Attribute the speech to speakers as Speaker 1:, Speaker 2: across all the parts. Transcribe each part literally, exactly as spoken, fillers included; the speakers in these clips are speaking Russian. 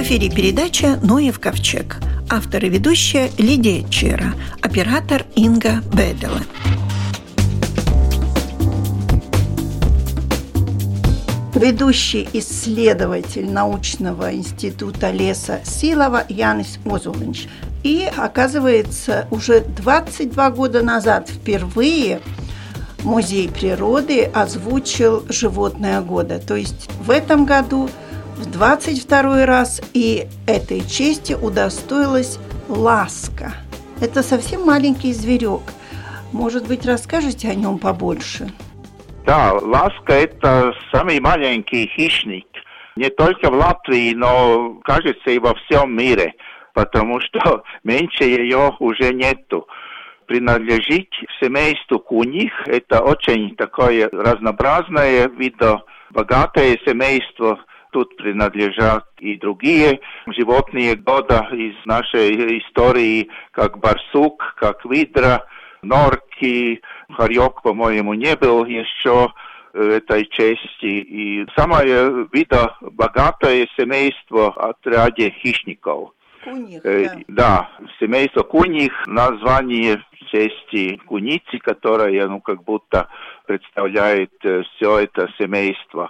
Speaker 1: эфире передача «Ноев ковчег». Автор и ведущая Лидия Чера, оператор Инга Беделе. Ведущий исследователь научного института леса Силова Янис Озулинч. И, оказывается, уже двадцать два года назад впервые Музей природы озвучил животное года. То есть в этом году в двадцать второй раз, и этой чести удостоилась ласка. Это совсем маленький зверек. Может быть, расскажете о нем побольше?
Speaker 2: Да, ласка – это самый маленький хищник. Не только в Латвии, но, кажется, и во всем мире, потому что меньше ее уже нету. Принадлежит к семейству куних. Это очень такое разнообразное, видно, богатое семейство. Тут принадлежат и другие животные года из нашей истории, как барсук, как видра, норки. Хорек, по-моему, не был еще этой чести. И самое, видно, богатое семейство от ряда хищников.
Speaker 1: Куних,
Speaker 2: э,
Speaker 1: да.
Speaker 2: Да, семейство куних, название в честь куницы, которая, ну, как будто представляет э, все это семейство.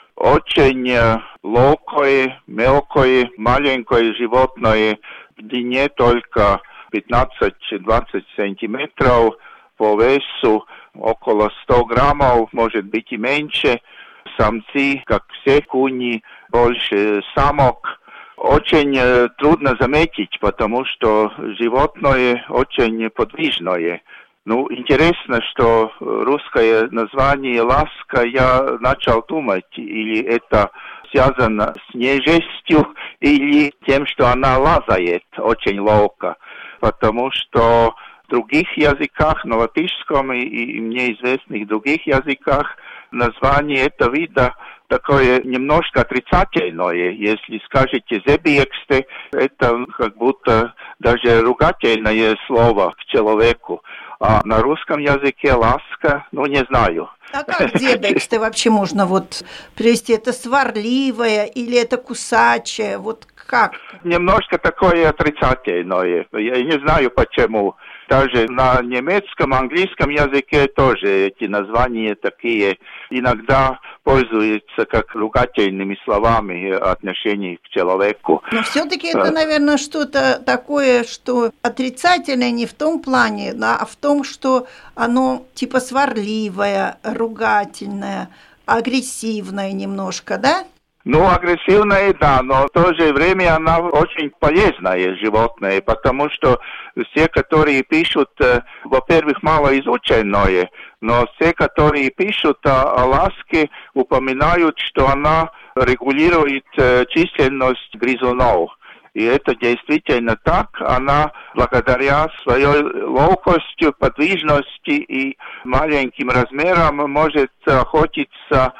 Speaker 2: Очень э, ловкое, мелкое, маленькое животное, в длине только пятнадцать-двадцать сантиметров, по весу около сто граммов, может быть и меньше. Самцы, как все куни, больше самок. Очень э, трудно заметить, потому что животное очень подвижное. Ну, интересно, что русское название «ласка», я начал думать, или это связано с нежестью, или тем, что она лазает очень ловко, потому что в других языках, на латышском и, и мне известных других языках, название этого вида такое немножко отрицательное. Если скажете «зебиексте», это как будто даже ругательное слово к человеку. А на русском языке «ласка», ну, не знаю.
Speaker 1: А как «зебиексте» вообще можно вот привести? Это сварливое или это кусачее? Вот как?
Speaker 2: Немножко такое отрицательное. Я не знаю почему. Даже на немецком, английском языке тоже эти названия такие иногда пользуются как ругательными словами в отношении к человеку.
Speaker 1: Но все-таки это, наверное, что-то такое, что отрицательное не в том плане, а в том, что оно типа сварливое, ругательное, агрессивное немножко, да?
Speaker 2: Ну, агрессивное, да, но в то же время она очень полезное животное, потому что все, которые пишут, э, во-первых, малоизученное, но все, которые пишут о, о ласке, упоминают, что она регулирует э, численность грызунов. И это действительно так. Она, благодаря своей ловкости, подвижности и маленьким размерам, может охотиться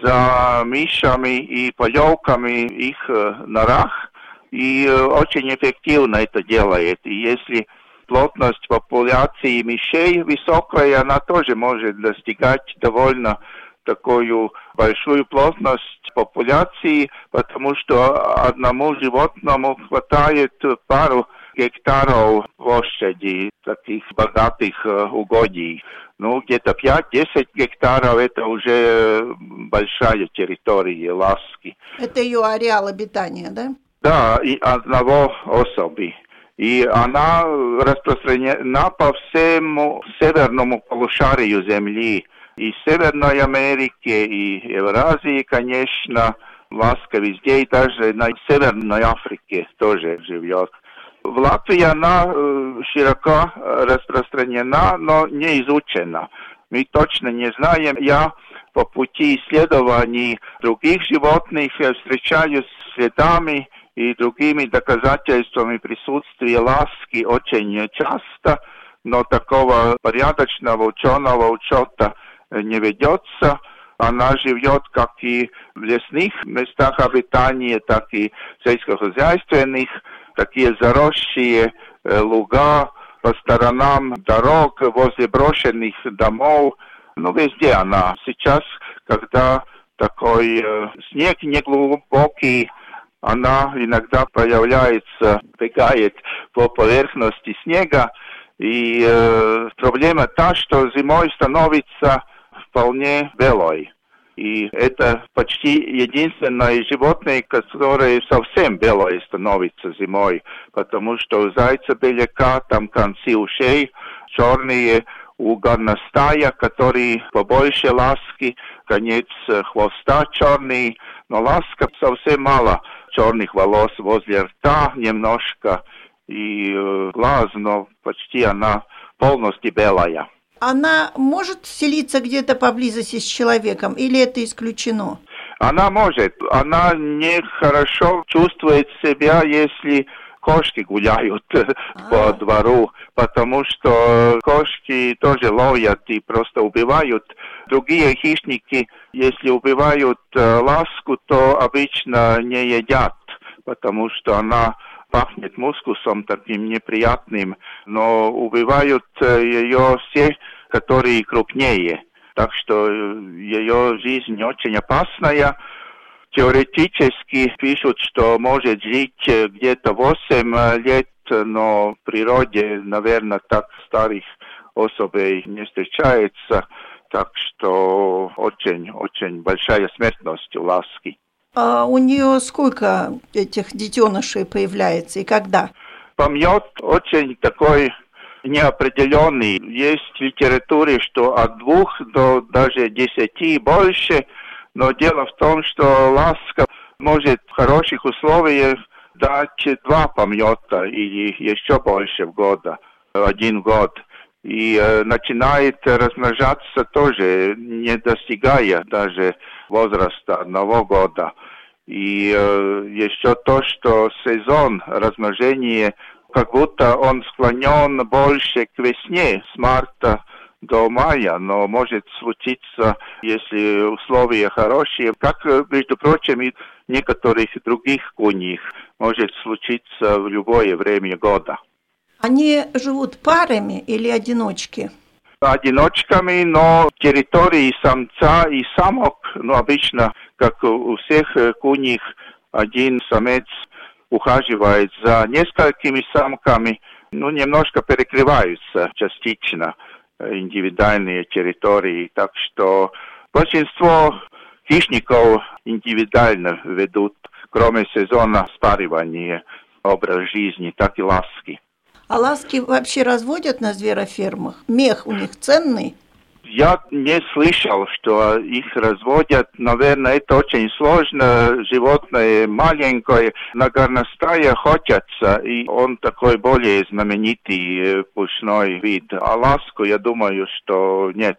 Speaker 2: за мышами и полевками их э, норах, и э, очень эффективно это делает. И если плотность популяции мышей высокая, она тоже может достигать довольно такую большую плотность популяции, потому что одному животному хватает пару гектаров площади таких богатых э, угодий. Ну, где-то пять-десять гектаров – это уже большая территория ласки.
Speaker 1: Это ее ареал обитания, да?
Speaker 2: Да, и одного особи. И она распространена по всему северному полушарию Земли. И в Северной Америке, и Евразии, конечно, ласка везде, и даже на Северной Африке тоже живет. В Латвии она э, широко распространена, но не изучена. Мы точно не знаем. Я по пути исследований других животных встречаюсь с следами и другими доказательствами присутствия ласки очень часто, но такого порядочного ученого учета не ведется. Она живет как и в лесных местах обитания, так и в сельскохозяйственных, такие заросшие э, луга по сторонам дорог, возле брошенных домов. Ну, везде она. Сейчас, когда такой э, снег неглубокий, она иногда появляется, бегает по поверхности снега, и э, проблема та, что зимой становится вполне белой. И это почти единственное животное, которое совсем белое становится зимой, потому что у зайца-беляка там концы ушей черные, у горностая, который побольше ласки, конец хвоста черный, но ласка совсем мало черных волос возле рта немножко и э, глаз, но почти она полностью белая.
Speaker 1: Она может селиться где-то поблизости с человеком или это исключено?
Speaker 2: Она может. Она нехорошо чувствует себя, если кошки гуляют А-а-а. по двору, потому что кошки тоже ловят и просто убивают. Другие хищники, если убивают э, ласку, то обычно не едят, потому что она пахнет мускусом таким неприятным, но убивают э, ее все, которые крупнее. Так что ее жизнь очень опасная. Теоретически пишут, что может жить где-то восемь лет, но в природе, наверное, так старых особей не встречается. Так что очень-очень большая смертность у ласки.
Speaker 1: А у нее сколько этих детенышей появляется и когда?
Speaker 2: Помет очень такой неопределенный. Есть в литературе, что от двух до даже десяти больше, но дело в том, что ласка может в хороших условиях дать два помета или еще больше в год, один год. И э, начинает размножаться тоже, не достигая даже возраста одного года. И э, еще то, что сезон размножения, как будто он склонен больше к весне, с марта до мая, но может случиться, если условия хорошие, как, между прочим, и некоторых других куньих, может случиться в любое время года.
Speaker 1: Они живут парами или одиночки?
Speaker 2: Одиночками, но территории самца и самок, ну, обычно, как у всех куньих, один самец ухаживает за несколькими самками, ну, немножко перекрываются частично индивидуальные территории, так что большинство хищников индивидуально ведут, кроме сезона спаривания, образ жизни, так и ласки.
Speaker 1: А ласки вообще разводят на зверофермах? Мех у них ценный?
Speaker 2: Я не слышал, что их разводят. Наверное, это очень сложно. Животное маленькое, на горностае охотятся, и он такой более знаменитый пушной вид. А ласку, я думаю, что нет,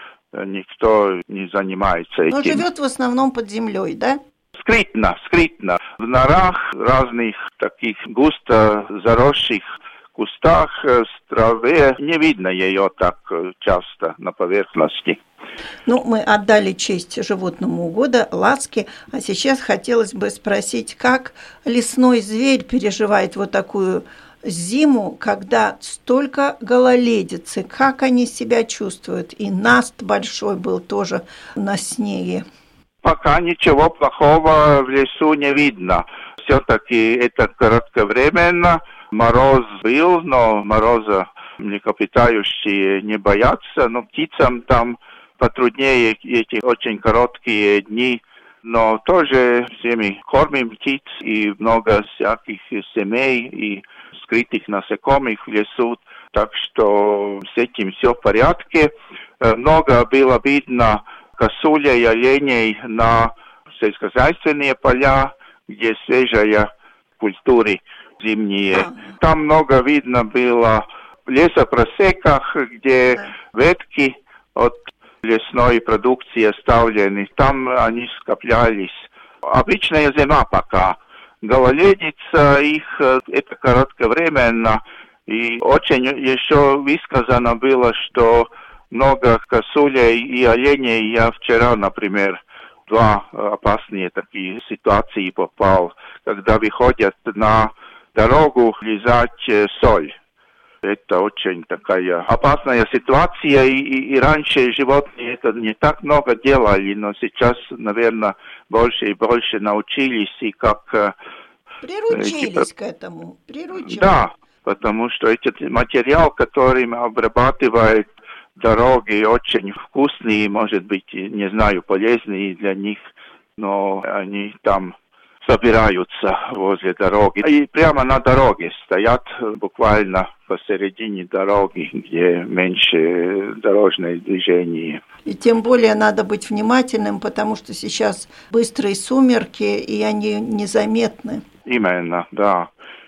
Speaker 2: никто не занимается этим.
Speaker 1: Но живет в основном под землей, да?
Speaker 2: Скрытно, скрытно. В норах разных таких густо заросших кустах, в траве, не видно ее так часто на поверхности.
Speaker 1: Ну, мы отдали честь животному года, ласке, а сейчас хотелось бы спросить, как лесной зверь переживает вот такую зиму, когда столько гололедицы, как они себя чувствуют? И наст большой был тоже на снеге.
Speaker 2: Пока ничего плохого в лесу не видно. Все-таки это кратковременно. Мороз был, но мороза млекопитающие не боятся, но птицам там потруднее эти очень короткие дни, но тоже всеми кормим птиц и много всяких семей и скрытых насекомых в лесу, так что с этим все в порядке. Много было видно косулей и оленей на сельскохозяйственные поля, где свежая культура зимние. Там много видно было лесопросеках, где ветки от лесной продукции оставлены. Там они скоплялись. Обычная зима пока. Гололедица их, это кратковременно. И очень еще высказано было, что много косулей и оленей. Я вчера, например, два опасные такие ситуации попал, когда выходят на дорогу лизать соль. Это очень такая опасная ситуация, и, и, и раньше животные это не так много делали, но сейчас, наверное, больше и больше научились, и как...
Speaker 1: Приручились типа, к этому, приручились.
Speaker 2: Да, потому что этот материал, которым обрабатывают дороги, очень вкусный, может быть, не знаю, полезный для них, но они там собираются возле дороги. И прямо на дороге стоят, буквально посередине дороги, где меньше дорожное движение.
Speaker 1: И тем более надо быть внимательным, потому что сейчас быстрые сумерки, и они незаметны.
Speaker 2: Именно, да.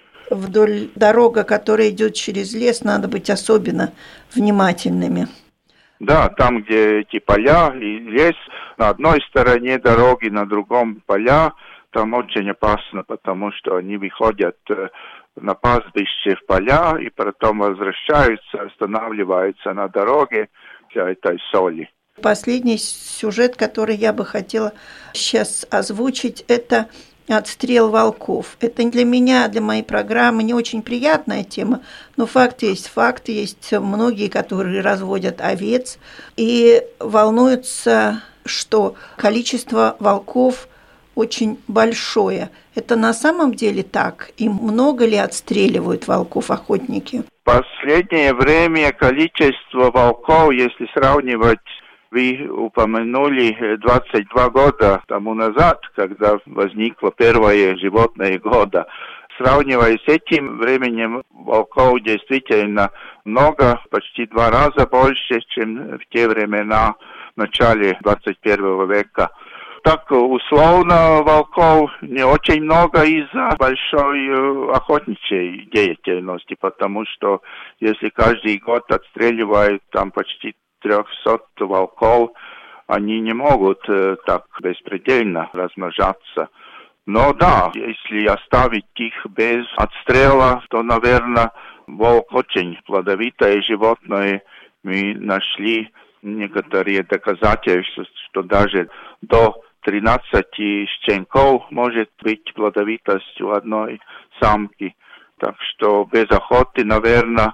Speaker 1: Вдоль дороги, которая идет через лес, надо быть особенно внимательными.
Speaker 2: Да, там, где эти поля и лес, на одной стороне дороги, на другом поля, там очень опасно, потому что они выходят на пастбище в поля и потом возвращаются, останавливаются на дороге для этой соли.
Speaker 1: Последний сюжет, который я бы хотела сейчас озвучить, это отстрел волков. Это для меня, для моей программы не очень приятная тема, но факт есть факт. Есть многие, которые разводят овец и волнуются, что количество волков очень большое. Это на самом деле так? И много ли отстреливают волков охотники?
Speaker 2: В последнее время количество волков, если сравнивать, вы упомянули двадцать два года тому назад, когда возникло первое животное года. Сравнивая с этим временем, волков действительно много, почти два раза больше, чем в те времена, в начале двадцать первого века. Так, условно, волков не очень много из-за большой охотничьей деятельности, потому что если каждый год отстреливают там почти трехсот волков, они не могут э, так беспредельно размножаться. Но да, если оставить их без отстрела, то, наверное, волк очень плодовитое животное. Мы нашли некоторые доказательства, что даже до тринадцати щенков может быть плодовитость у одной самки. Так что без охоты, наверное,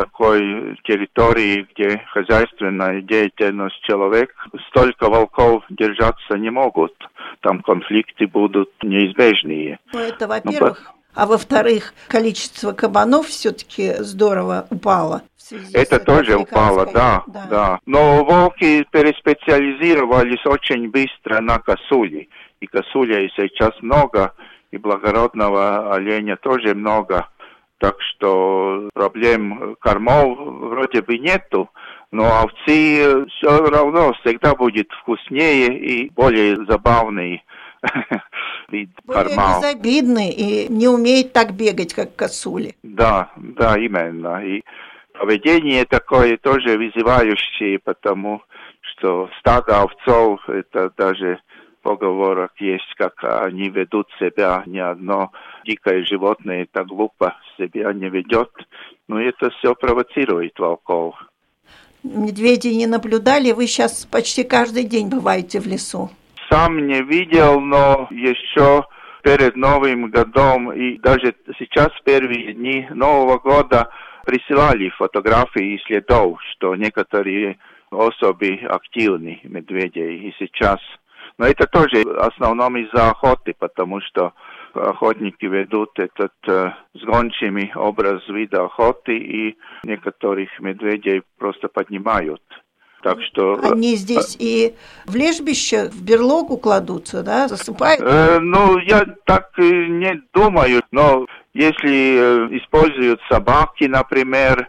Speaker 2: такой территории, где хозяйственная деятельность человек, столько волков держаться не могут. Там конфликты будут неизбежные.
Speaker 1: Ну, это во-первых. Ну, а во-вторых, количество кабанов все-таки здорово упало.
Speaker 2: Это тоже упало, да, да, да. Но волки переспециализировались очень быстро на косули. И косулей сейчас много, и благородного оленя тоже много. Так что проблем кормов вроде бы нету, но овцы все равно всегда будет вкуснее и более забавный вид
Speaker 1: более
Speaker 2: корма.
Speaker 1: Более безобидный и не умеет так бегать, как косули.
Speaker 2: Да, да, именно. И поведение такое тоже вызывающее, потому что стадо овцов, это даже в поговорах есть, как они ведут себя, ни одно дикое животное так глупо себя не ведет. Но это все провоцирует волков.
Speaker 1: Медведей не наблюдали? Вы сейчас почти каждый день бываете в лесу.
Speaker 2: Сам не видел, но еще перед Новым годом и даже сейчас, в первые дни Нового года, присылали фотографии и следов, что некоторые особи активны, медведей, и сейчас. Но это тоже в основном из-за охоты, потому что охотники ведут этот э, с гончими образ вида охоты, и некоторых медведей просто поднимают. Так что...
Speaker 1: Они здесь и в лежбище, в берлогу кладутся, да, засыпают?
Speaker 2: Э, ну, я так не думаю, но если э, используют собаки, например,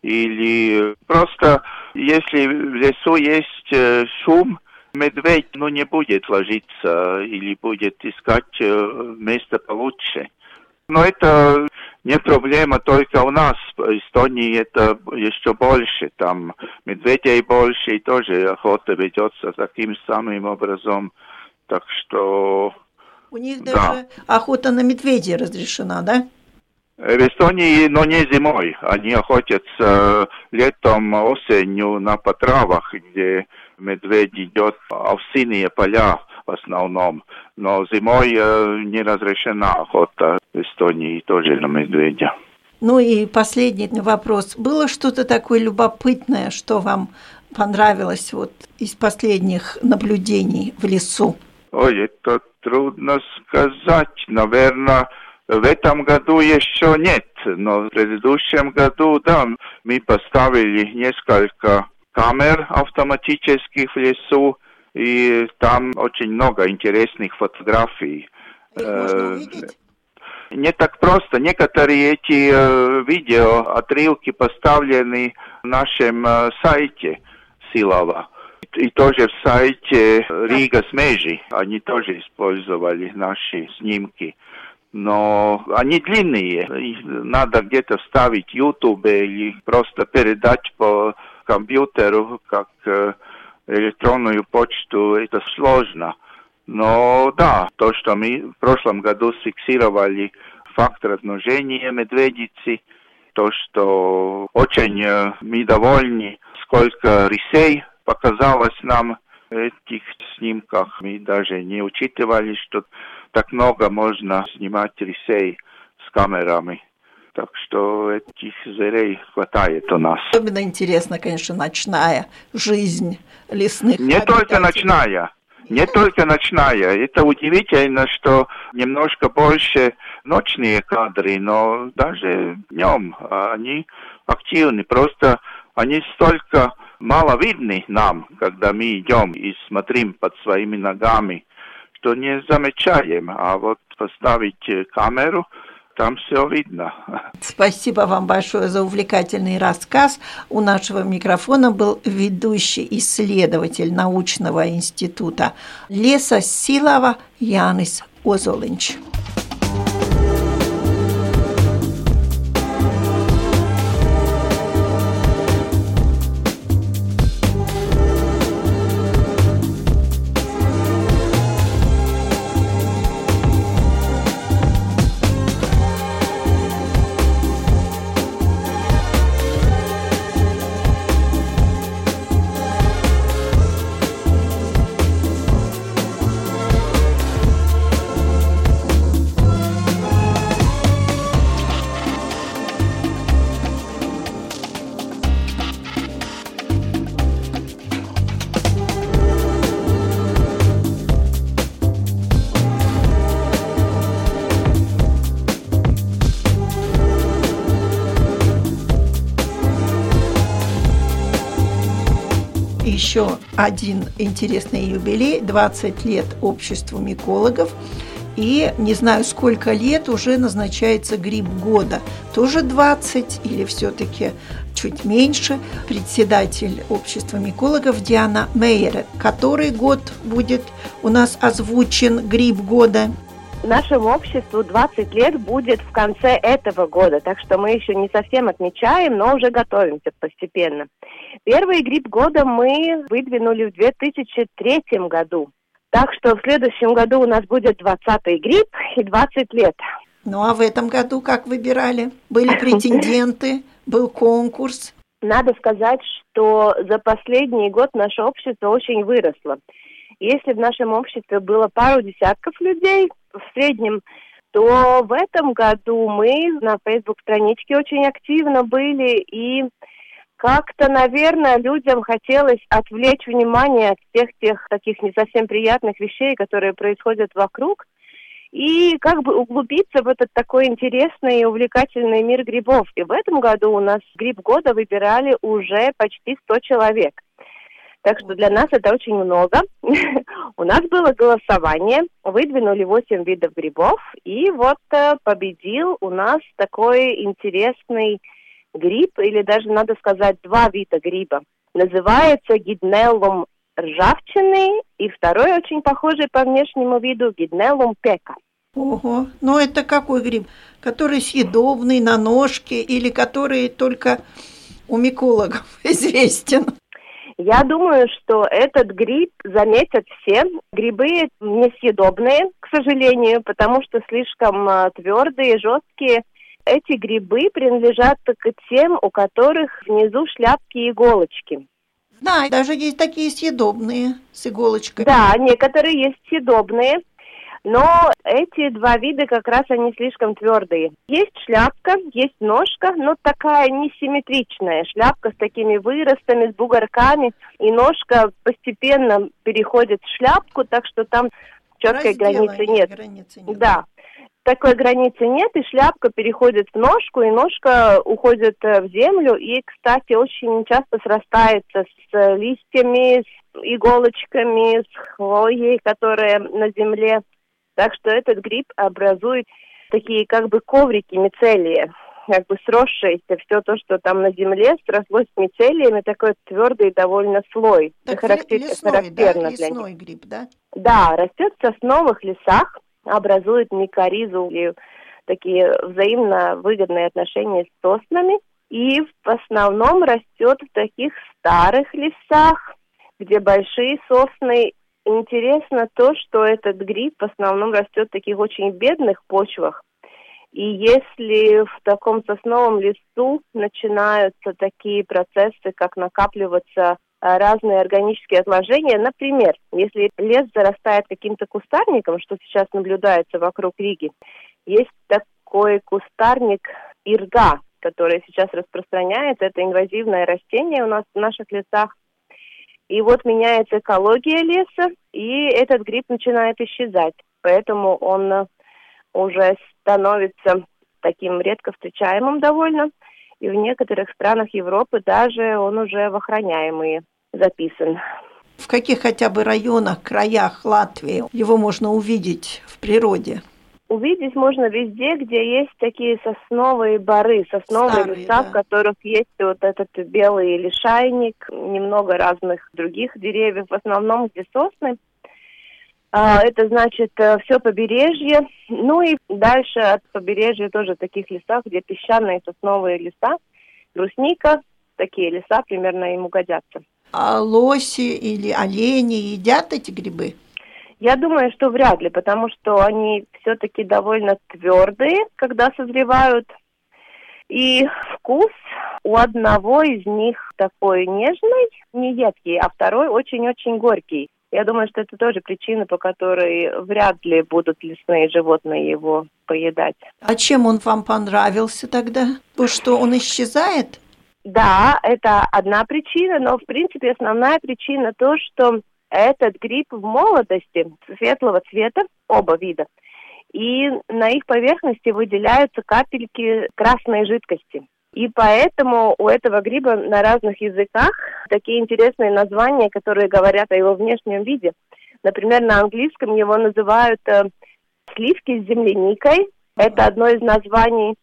Speaker 2: или просто если в лесу есть э, шум, медведь, ну, не будет ложиться или будет искать э, место получше. Но это не проблема только у нас. В Эстонии это еще больше. Там медведей больше, и тоже охота ведется таким самым образом. Так что...
Speaker 1: У них да. даже охота на медведей разрешена, да?
Speaker 2: В Эстонии, но не зимой. Они охотятся летом, осенью на потравах, где медведь идет, овсяные поля в основном. Но зимой э, не разрешена охота в Эстонии тоже на медведя.
Speaker 1: Ну и последний вопрос. Было что-то такое любопытное, что вам понравилось вот из последних наблюдений в лесу?
Speaker 2: Ой, это трудно сказать. Наверное, в этом году еще нет, но в предыдущем году, да, мы поставили несколько камер автоматических в лесу, и там очень много интересных фотографий.
Speaker 1: Их можно увидеть?
Speaker 2: Не так просто. Некоторые эти э, видео, отрывки поставлены в нашем э, сайте Силава. И тоже в сайте Рига Смежи. Они тоже использовали наши снимки. Но они длинные. Их надо где-то вставить в YouTube или просто передать по компьютеру, как э, электронную почту. Это сложно. Но да, то, что мы в прошлом году фиксировали факт размножения медведицы, то, что очень э, мы довольны, сколько рысей показалось нам в этих снимках. Мы даже не учитывали, что так много можно снимать рысей с камерами. Так что этих зверей хватает у нас.
Speaker 1: Особенно интересно, конечно, ночная жизнь лесных
Speaker 2: Не
Speaker 1: обитателей.
Speaker 2: только ночная. Не только ночная. Это удивительно, что немножко больше ночные кадры, но даже днем они активны. Просто они столько мало видны нам, когда мы идем и смотрим под своими ногами, что не замечаем. А вот поставить камеру, там все видно.
Speaker 1: Спасибо вам большое за увлекательный рассказ. У нашего микрофона был ведущий исследователь научного института леса Силава Jānis Ozoliņš. Еще один интересный юбилей – двадцать лет обществу микологов. И не знаю, сколько лет уже назначается гриб года. Тоже двадцать или все-таки чуть меньше. Председатель общества микологов Диана Мейер. Который год будет у нас озвучен гриб года?
Speaker 3: Нашему обществу двадцать лет будет в конце этого года, так что мы еще не совсем отмечаем, но уже готовимся постепенно. Первый гриб года мы выдвинули в две тысячи третьем году, так что в следующем году у нас будет двадцатый гриб и двадцать лет.
Speaker 1: Ну а в этом году как выбирали? Были претенденты, был конкурс?
Speaker 3: Надо сказать, что за последний год наше общество очень выросло. Если в нашем обществе было пару десятков людей в среднем, то в этом году мы на Facebook-страничке очень активно были, и как-то, наверное, людям хотелось отвлечь внимание от всех тех таких не совсем приятных вещей, которые происходят вокруг, и как бы углубиться в этот такой интересный и увлекательный мир грибов. И в этом году у нас гриб года выбирали уже почти сто человек. Так что для нас это очень много. У нас было голосование, выдвинули восемь видов грибов, и вот победил у нас такой интересный гриб, или даже, надо сказать, два вида гриба. Называется гиднеллум ржавчины, и второй очень похожий по внешнему виду гиднеллум пека.
Speaker 1: Ого, ну это какой гриб? Который съедобный, на ножке, или который только у микологов известен?
Speaker 3: Я думаю, что этот гриб заметят все. Грибы несъедобные, к сожалению, потому что слишком твердые, жесткие. Эти грибы принадлежат к тем, у которых внизу шляпки и иголочки.
Speaker 1: Да, даже есть такие съедобные с иголочкой.
Speaker 3: Да, некоторые есть съедобные. Но эти два вида как раз они слишком твердые. Есть шляпка, есть ножка, но такая несимметричная. Шляпка с такими выростами, с бугорками. И ножка постепенно переходит в шляпку, так что там четкой границы нет.
Speaker 1: Границы нет.
Speaker 3: Да. Такой границы нет, и шляпка переходит в ножку, и ножка уходит в землю, и, кстати, очень часто срастается с листьями, с иголочками, с хвоей, которая на земле. Так что этот гриб образует такие как бы коврики, мицелии, как бы сросшиеся. Все то, что там на земле, срослось с мицелиями, такой твердый довольно слой.
Speaker 1: Так
Speaker 3: Это характер...
Speaker 1: лесной,
Speaker 3: характерно
Speaker 1: да?
Speaker 3: для
Speaker 1: Лесной
Speaker 3: них.
Speaker 1: гриб, да?
Speaker 3: Да, растет в сосновых лесах, образует микоризу и такие взаимно выгодные отношения с соснами. И в основном растет в таких старых лесах, где большие сосны. Интересно то, что этот гриб в основном растет в таких очень бедных почвах. И если в таком сосновом лесу начинаются такие процессы, как накапливаться разные органические отложения, например, если лес зарастает каким-то кустарником, что сейчас наблюдается вокруг Риги, есть такой кустарник ирга, который сейчас распространяется, это инвазивное растение у нас в наших лесах. И вот меняется экология леса, и этот гриб начинает исчезать. Поэтому он уже становится таким редко встречаемым довольно. И в некоторых странах Европы даже он уже в охраняемые записан.
Speaker 1: В каких хотя бы районах, краях Латвии его можно увидеть в природе?
Speaker 3: Увидеть можно везде, где есть такие сосновые боры, сосновые
Speaker 1: Старые,
Speaker 3: леса,
Speaker 1: да.
Speaker 3: в которых есть вот этот белый лишайник, немного разных других деревьев, в основном где сосны. Это значит все побережье. Ну и дальше от побережья тоже в таких лесах, где песчаные сосновые леса, брусника, такие леса примерно им угодятся.
Speaker 1: А лоси или олени едят эти грибы?
Speaker 3: Я думаю, что вряд ли, потому что они все-таки довольно твердые, когда созревают. И вкус у одного из них такой нежный, не едкий, а второй очень-очень горький. Я думаю, что это тоже причина, по которой вряд ли будут лесные животные его поедать.
Speaker 1: А чем он вам понравился тогда? То, что он исчезает?
Speaker 3: Да, это одна причина, но в принципе основная причина то, что этот гриб в молодости светлого цвета, оба вида, и на их поверхности выделяются капельки красной жидкости. И поэтому у этого гриба на разных языках такие интересные названия, которые говорят о его внешнем виде. Например, на английском его называют э, сливки с земляникой. Это одно из названий.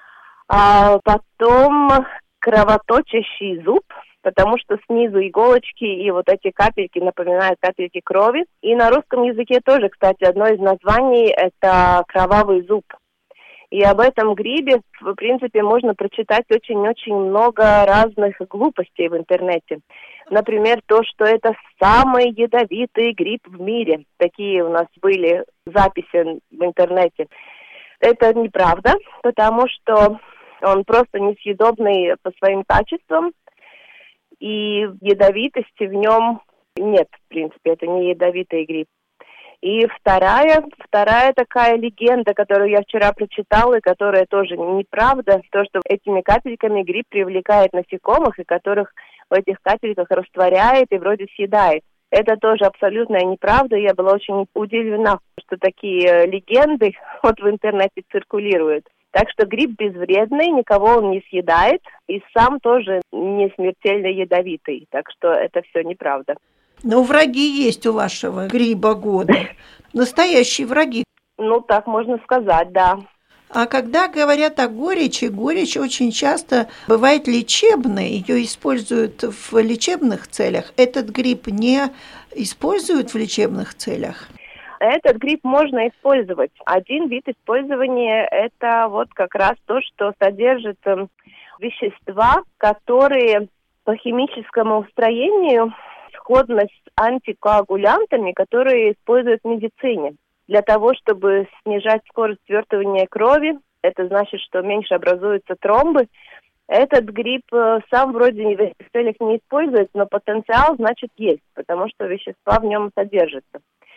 Speaker 3: А потом кровоточащий зуб, потому что снизу иголочки и вот эти капельки напоминают капельки крови. И на русском языке тоже, кстати, одно из названий – это кровавый зуб. И об этом грибе, в принципе, можно прочитать очень-очень много разных глупостей в интернете. Например, то, что это самый ядовитый гриб в мире. Такие у нас были записи в интернете. Это неправда, потому что он просто несъедобный по своим качествам. И ядовитости в нем нет, в принципе, это не ядовитый гриб. И вторая, вторая такая легенда, которую я вчера прочитала, и которая тоже неправда, то, что этими капельками гриб привлекает насекомых, и которых в этих капельках растворяет и вроде съедает. Это тоже абсолютная неправда. Я была очень удивлена, что такие легенды вот в интернете циркулируют. Так что гриб безвредный, никого он не съедает, и сам тоже не смертельно ядовитый. Так что это все неправда.
Speaker 1: Но враги есть у вашего гриба года. Настоящие враги.
Speaker 3: Ну, так можно сказать, да.
Speaker 1: А когда говорят о горечи, горечь очень часто бывает лечебной. Ее используют в лечебных целях. Этот гриб не используют в лечебных целях?
Speaker 3: Этот гриб можно использовать. Один вид использования – это вот как раз то, что содержит вещества, которые по химическому строению сходны с антикоагулянтами, которые используют в медицине. Для того, чтобы снижать скорость свертывания крови, это значит, что меньше образуются тромбы. Этот гриб сам вроде в этих целях не используется, но потенциал, значит, есть, потому что вещества в нем содержатся.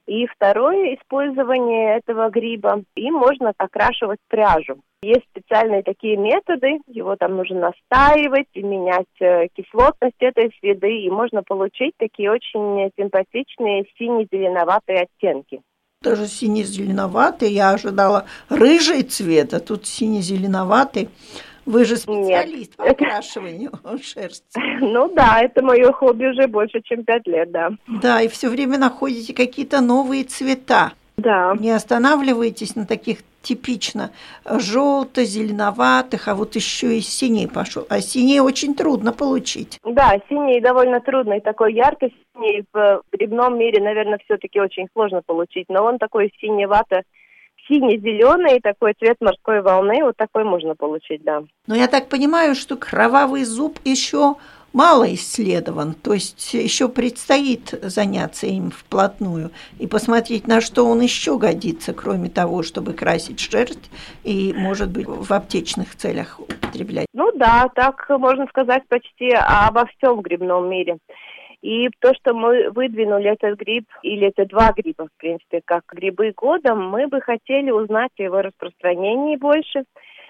Speaker 3: И второе использование этого гриба, им можно окрашивать пряжу. Есть специальные такие методы, его там нужно настаивать, менять кислотность этой среды, и можно получить такие очень симпатичные сине-зеленоватые оттенки.
Speaker 1: Даже сине-зеленоватый, я ожидала рыжий цвет, а тут сине-зеленоватый. Вы же специалист Нет. по окрашиванию шерсти.
Speaker 3: Ну да, это мое хобби уже больше, чем пять лет, да.
Speaker 1: Да, и все время находите какие-то новые цвета.
Speaker 3: Да.
Speaker 1: Не останавливаетесь на таких типично желто-зеленоватых, а вот еще и синий пошел. А синий очень трудно получить.
Speaker 3: Да, синий довольно трудно, и такой ярко-синий в грибном мире, наверное, все-таки очень сложно получить, но он такой синевато сине-зеленый, такой цвет морской волны, вот такой можно получить, да.
Speaker 1: Но я так понимаю, что кровавый зуб еще мало исследован, то есть еще предстоит заняться им вплотную и посмотреть, на что он еще годится, кроме того, чтобы красить шерсть и, может быть, в аптечных целях употреблять.
Speaker 3: Ну да, так можно сказать почти обо всем в грибном мире. И то, что мы выдвинули этот гриб, или это два гриба, в принципе, как грибы года, мы бы хотели узнать о его распространении больше,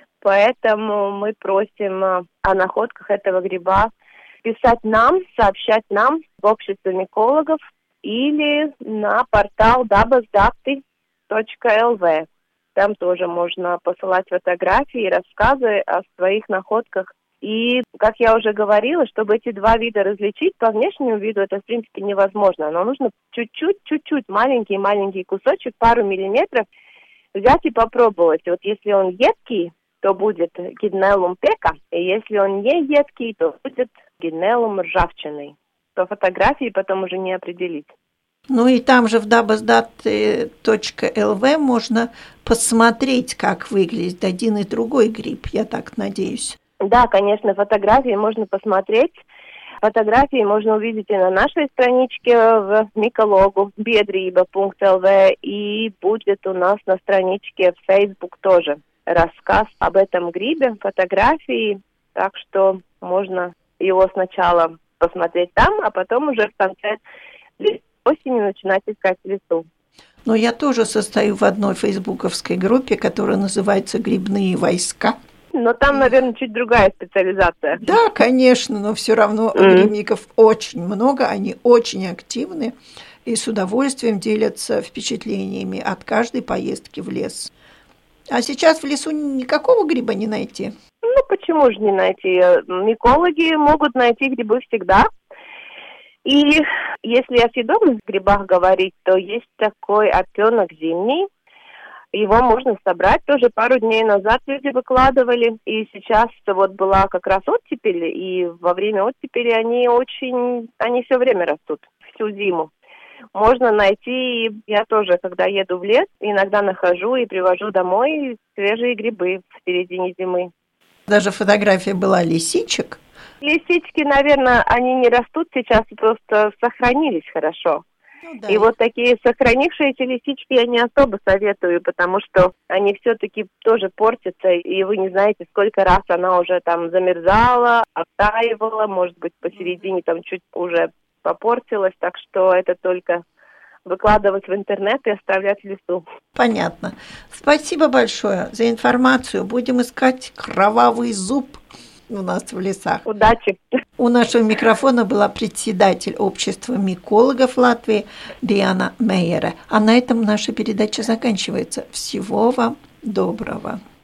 Speaker 3: поэтому мы просим о находках этого гриба писать нам, сообщать нам в обществе микологов или на портал дабасдаты точка эл ви. Там тоже можно посылать фотографии и рассказы о своих находках. И, как я уже говорила, чтобы эти два вида различить, по внешнему виду это, в принципе, невозможно. Но нужно чуть-чуть, чуть-чуть, маленький-маленький кусочек, пару миллиметров взять и попробовать. Вот если он едкий, то будет гиднеллум пека, и если он не едкий, то будет гиднеллум ржавчиной. По фотографии потом уже не определить.
Speaker 1: Ну и там же в дабасдаты точка эл ви можно посмотреть, как выглядит один и другой гриб, я так надеюсь.
Speaker 3: Да, конечно, фотографии можно посмотреть. Фотографии можно увидеть и на нашей страничке в микологу биодриба точка эл ви, и будет у нас на страничке в Facebook тоже рассказ об этом грибе, фотографии, так что можно его сначала посмотреть там, а потом уже в конце осени начинать искать в лесу.
Speaker 1: Но я тоже состою в одной фейсбуковской группе, которая называется «Грибные войска».
Speaker 3: Но там, наверное, чуть другая специализация.
Speaker 1: Да, конечно, но все равно mm. грибников очень много, они очень активны и с удовольствием делятся впечатлениями от каждой поездки в лес. А сейчас в лесу никакого гриба не найти?
Speaker 3: Ну, почему же не найти? Микологи могут найти грибы всегда. И если о съедобных грибах говорить, то есть такой опенок зимний. Его можно собрать, тоже пару дней назад люди выкладывали, и сейчас вот была как раз оттепель, и во время оттепели они очень, они все время растут, всю зиму. Можно найти, я тоже, когда еду в лес, иногда нахожу и привожу домой свежие грибы в середине зимы.
Speaker 1: Даже фотография была лисичек.
Speaker 3: Лисички, наверное, они не растут сейчас, просто сохранились хорошо. Ну, да. И вот такие сохранившиеся лисички я не особо советую, потому что они все-таки тоже портятся, и вы не знаете, сколько раз она уже там замерзала, оттаивала, может быть, посередине там чуть уже попортилась, так что это только выкладывать в интернет и оставлять в лесу.
Speaker 1: Понятно. Спасибо большое за информацию. Будем искать кровавый зуб у нас в лесах.
Speaker 3: Удачи!
Speaker 1: У нашего микрофона была председатель общества микологов Латвии Диана Мейере. А на этом наша передача заканчивается. Всего вам доброго!